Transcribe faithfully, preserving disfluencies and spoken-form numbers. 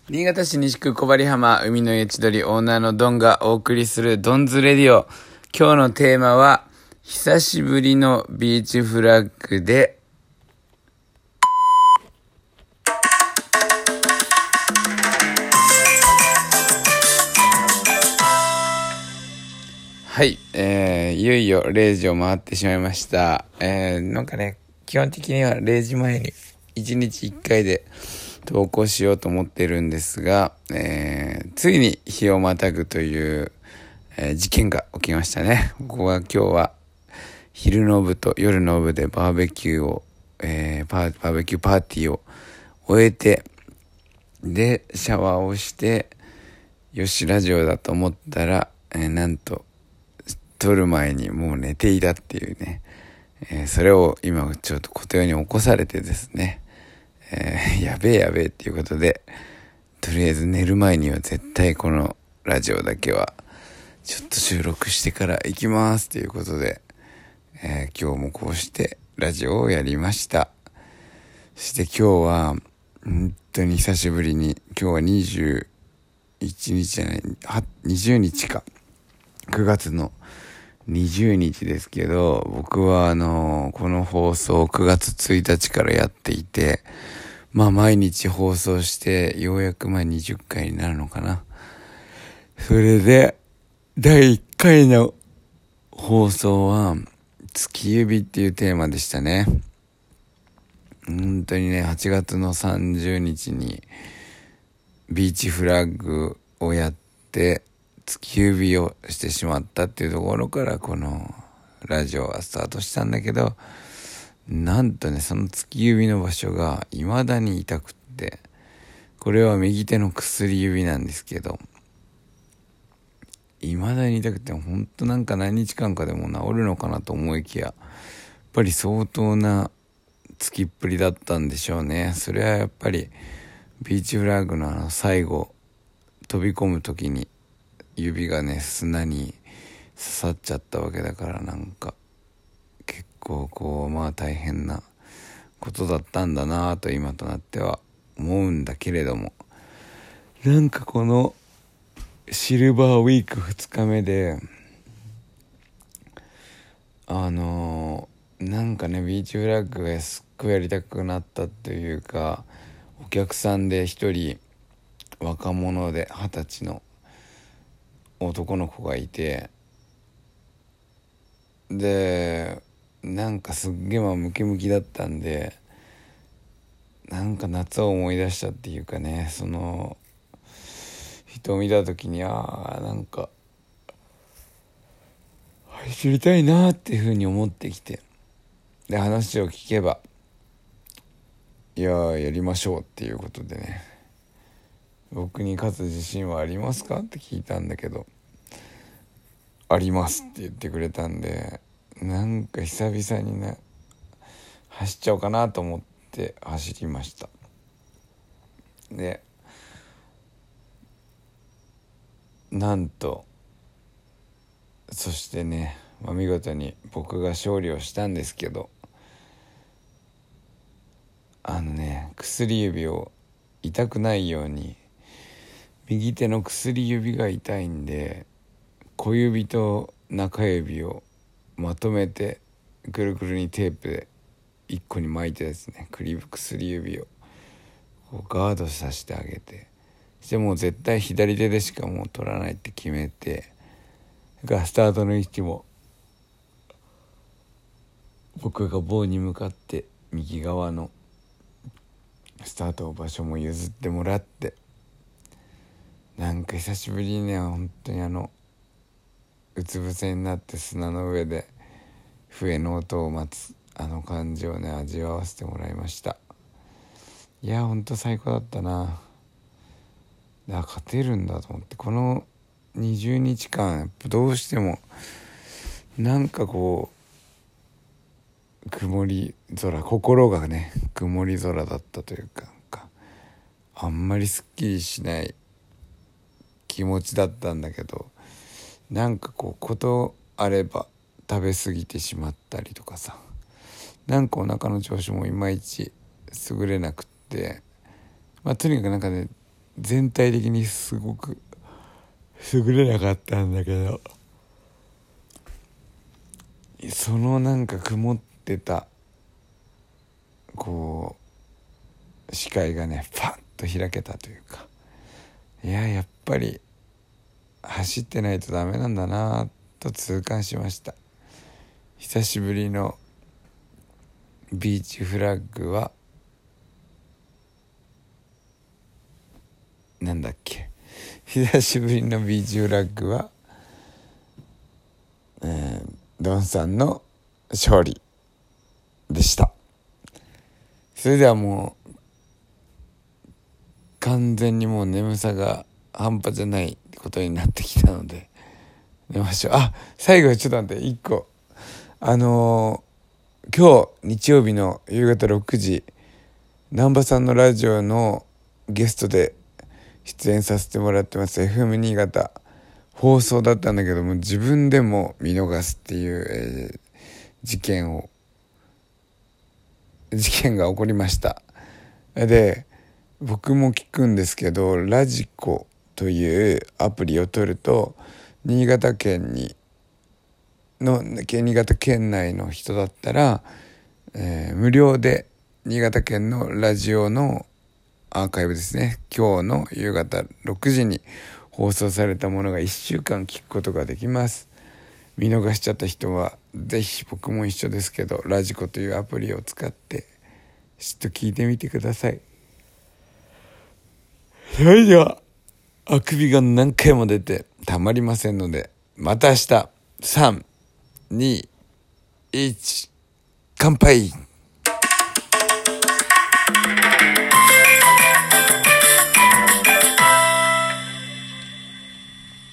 新潟市西区小針浜海の家千鳥オーナーのドンがお送りするドンズレディオ。今日のテーマは久しぶりのビーチフラッグではい、えー、いよいよれいじを回ってしまいました。えー、なんかね、基本的にはれいじまえにいちにちいっかいで投稿しようと思ってるんですが、えー、ついに日をまたぐという、えー、事件が起きましたね。僕は今日は昼の部と夜の部でバーベキューを、えー、パーバーベキューパーティーを終えて、でシャワーをしてよしラジオだと思ったら、えー、なんと撮る前にもう寝ていたっていうね、えー、それを今ちょっと小手に起こされてですね、えー、やべえやべえっていうことで、とりあえず寝る前には絶対このラジオだけはちょっと収録してから行きますということで、えー、今日もこうしてラジオをやりました。そして今日は本当に久しぶりに、今日はにじゅういちにちじゃないにじゅうにちか、くがつのにじゅうにちですけど、僕はあのこの放送をくがつついたちからやっていて、まあ毎日放送してようやくまあにじゅっかいになるのかな。それでだいいっかいの放送は月指っていうテーマでしたね。本当にね、はちがつのさんじゅうにちにビーチフラッグをやって月指をしてしまったっていうところからこのラジオはスタートしたんだけど、なんとね、その月指の場所が未だに痛くって、これは右手の薬指なんですけど、未だに痛くて、ほんとなんか何日間かでも治るのかなと思いきや、やっぱり相当なつきっぷりだったんでしょうね。それはやっぱりビーチフラッグのあの最後飛び込む時に指がね砂に刺さっちゃったわけだから、なんか結構こうまあ大変なことだったんだなと今となっては思うんだけれども、なんかこのシルバーウィークふつかめであのー、なんかねビーチフラッグがすっごいやりたくなったっていうか、お客さんで一人若者で二十歳の男の子がいて、でなんかすっげえまあムキムキだったんで、なんか夏を思い出したっていうかね、その人を見た時に、ああなんか走りたいなっていう風に思ってきて、で話を聞けば、いややりましょうっていうことでね、僕に勝つ自信はありますかって聞いたんだけど、ありますって言ってくれたんで、なんか久々にね走っちゃおうかなと思って走りました。でなんとそしてね、まあ、見事に僕が勝利をしたんですけど、あのね薬指を痛くないように、右手の薬指が痛いんで小指と中指をまとめてぐるぐるにテープで一個に巻いてですね、薬指をこうガードさせてあげて、そしてもう絶対左手でしかもう取らないって決めて、がスタートの位置も僕が棒に向かって右側のスタート場所も譲ってもらって、なんか久しぶりにね本当にあのうつ伏せになって砂の上で笛の音を待つあの感じをね味わわせてもらいました。いや本当最高だったな。だ勝てるんだと思って、このにじゅうにちかんやっぱどうしてもなんかこう曇り空、心がね曇り空だったというか、なんかあんまりすっきりしない気持ちだったんだけど、なんかこうことあれば食べ過ぎてしまったりとかさ、なんかお腹の調子もいまいち優れなくって、まあとにかくなんかね全体的にすごく優れなかったんだけど、そのなんか曇ってたこう視界がねパッと開けたというか、いややっぱり走ってないとダメなんだなと痛感しました。久しぶりのビーチフラッグはなんだっけ久しぶりのビーチフラッグは、えー、ドンさんの勝利でした。それではもう完全にもう眠さが半端じゃないことになってきたので寝ましょう。あ、最後ちょっと待って、いっこあのー、今日日曜日の夕方ろくじ南波さんのラジオのゲストで出演させてもらってます エフエム 新潟放送だったんだけども、自分でも見逃すっていう、えー、事件を事件が起こりました。で僕も聞くんですけど、ラジコというアプリを取ると新潟県にの新潟県内の人だったら、えー、無料で新潟県のラジオのアーカイブですね、今日の夕方ろくじに放送されたものがいっしゅうかん聞くことができます。見逃しちゃった人はぜひ、僕も一緒ですけどラジコというアプリを使ってちょっと聞いてみてください。それではあくびが何回も出てたまりませんので、また明日さんにいち乾杯。